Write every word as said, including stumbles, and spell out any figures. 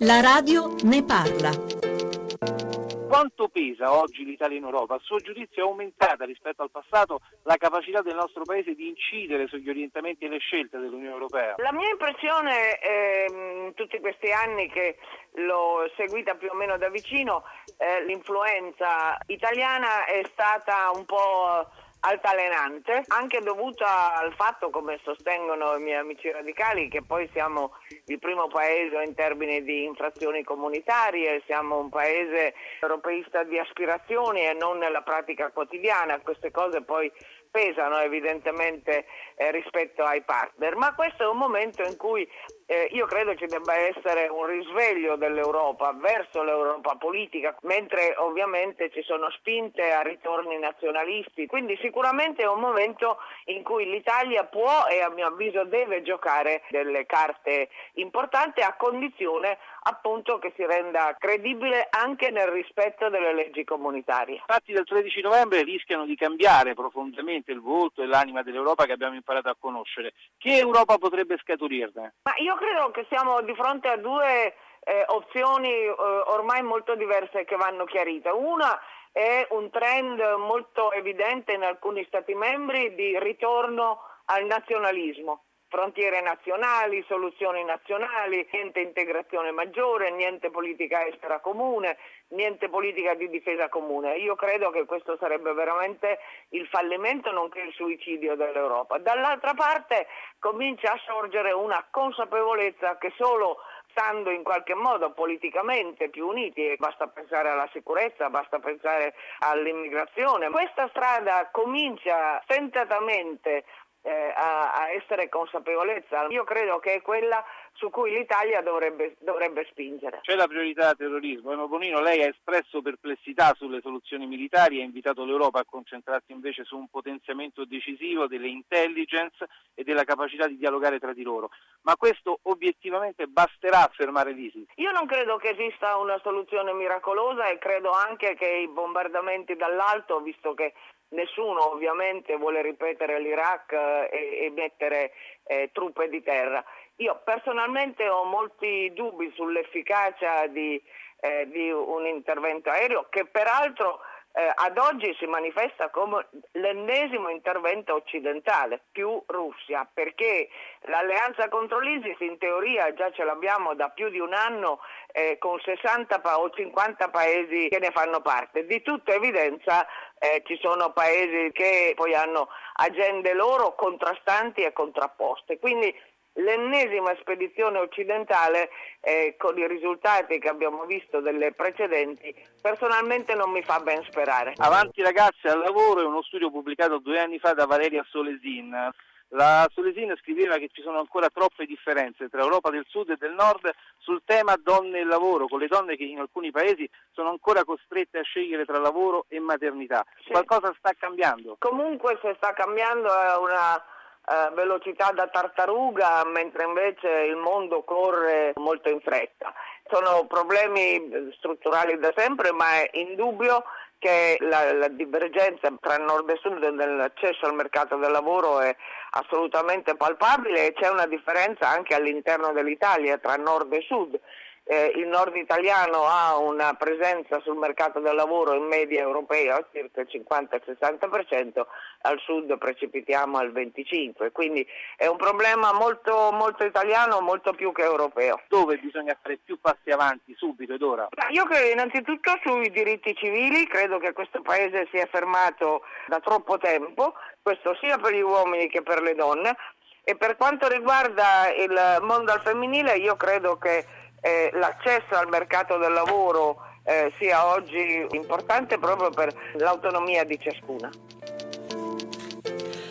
La radio ne parla. Quanto pesa oggi l'Italia in Europa? A suo giudizio è aumentata rispetto al passato la capacità del nostro Paese di incidere sugli orientamenti e le scelte dell'Unione Europea? La mia impressione eh, in tutti questi anni che l'ho seguita più o meno da vicino, eh, l'influenza italiana è stata un po' altalenante, anche dovuta al fatto, come sostengono i miei amici radicali, che poi siamo il primo paese in termini di infrazioni comunitarie, siamo un paese europeista di aspirazioni e non nella pratica quotidiana. Queste cose poi pesano evidentemente eh, rispetto ai partner, ma questo è un momento in cui eh, io credo ci debba essere un risveglio dell'Europa verso l'Europa politica, mentre ovviamente ci sono spinte a ritorni nazionalisti, quindi sicuramente è un momento in cui l'Italia può e a mio avviso deve giocare delle carte importanti, a condizione appunto che si renda credibile anche nel rispetto delle leggi comunitarie. I fatti del tredici novembre rischiano di cambiare profondamente il volto e l'anima dell'Europa che abbiamo imparato a conoscere. Che Europa potrebbe scaturirne? Ma io credo che siamo di fronte a due eh, opzioni eh, ormai molto diverse che vanno chiarite. Una è un trend molto evidente in alcuni Stati membri di ritorno al nazionalismo. Frontiere nazionali, soluzioni nazionali, niente integrazione maggiore, niente politica estera comune, niente politica di difesa comune. Io credo che questo sarebbe veramente il fallimento nonché il suicidio dell'Europa. Dall'altra parte comincia a sorgere una consapevolezza che solo stando in qualche modo politicamente più uniti, basta pensare alla sicurezza, basta pensare all'immigrazione, questa strada comincia tentatamente Eh, a, a essere consapevolezza. Io credo che è quella su cui l'Italia dovrebbe, dovrebbe spingere. C'è la priorità del terrorismo. Eno Bonino, lei ha espresso perplessità sulle soluzioni militari e ha invitato l'Europa a concentrarsi invece su un potenziamento decisivo delle intelligence e della capacità di dialogare tra di loro. Ma questo obiettivamente basterà a fermare l'ISIS? Io non credo che esista una soluzione miracolosa e credo anche che i bombardamenti dall'alto, visto che nessuno ovviamente vuole ripetere l'Iraq eh, e, e mettere eh, truppe di terra. Io personalmente ho molti dubbi sull'efficacia di, eh, di un intervento aereo che peraltro eh, ad oggi si manifesta come l'ennesimo intervento occidentale più Russia, perché l'alleanza contro l'ISIS in teoria già ce l'abbiamo da più di un anno eh, con sessanta pa- o cinquanta paesi che ne fanno parte. Di tutta evidenza eh, ci sono paesi che poi hanno agende loro contrastanti e contrapposte, quindi l'ennesima spedizione occidentale eh, con i risultati che abbiamo visto delle precedenti personalmente non mi fa ben sperare. Avanti ragazzi al lavoro è uno studio pubblicato due anni fa da Valeria Solesin. La Solesin scriveva che ci sono ancora troppe differenze tra Europa del Sud e del Nord sul tema donne e lavoro, con le donne che in alcuni paesi sono ancora costrette a scegliere tra lavoro e maternità. Sì. Qualcosa sta cambiando? Comunque se sta cambiando è una Uh, velocità da tartaruga, mentre invece il mondo corre molto in fretta. Sono problemi strutturali da sempre, ma è indubbio che la, la divergenza tra nord e sud nell'accesso al mercato del lavoro è assolutamente palpabile e c'è una differenza anche all'interno dell'Italia tra nord e sud. Eh, il nord italiano ha una presenza sul mercato del lavoro in media europea circa il cinquanta sessanta per cento, al sud precipitiamo al venticinque per cento, quindi è un problema molto, molto italiano, molto più che europeo. Dove bisogna fare più passi avanti subito ed ora? Io credo innanzitutto sui diritti civili, credo che questo paese sia fermato da troppo tempo, questo sia per gli uomini che per le donne, e per quanto riguarda il mondo al femminile io credo che Eh, l'accesso al mercato del lavoro eh, sia oggi importante proprio per l'autonomia di ciascuna.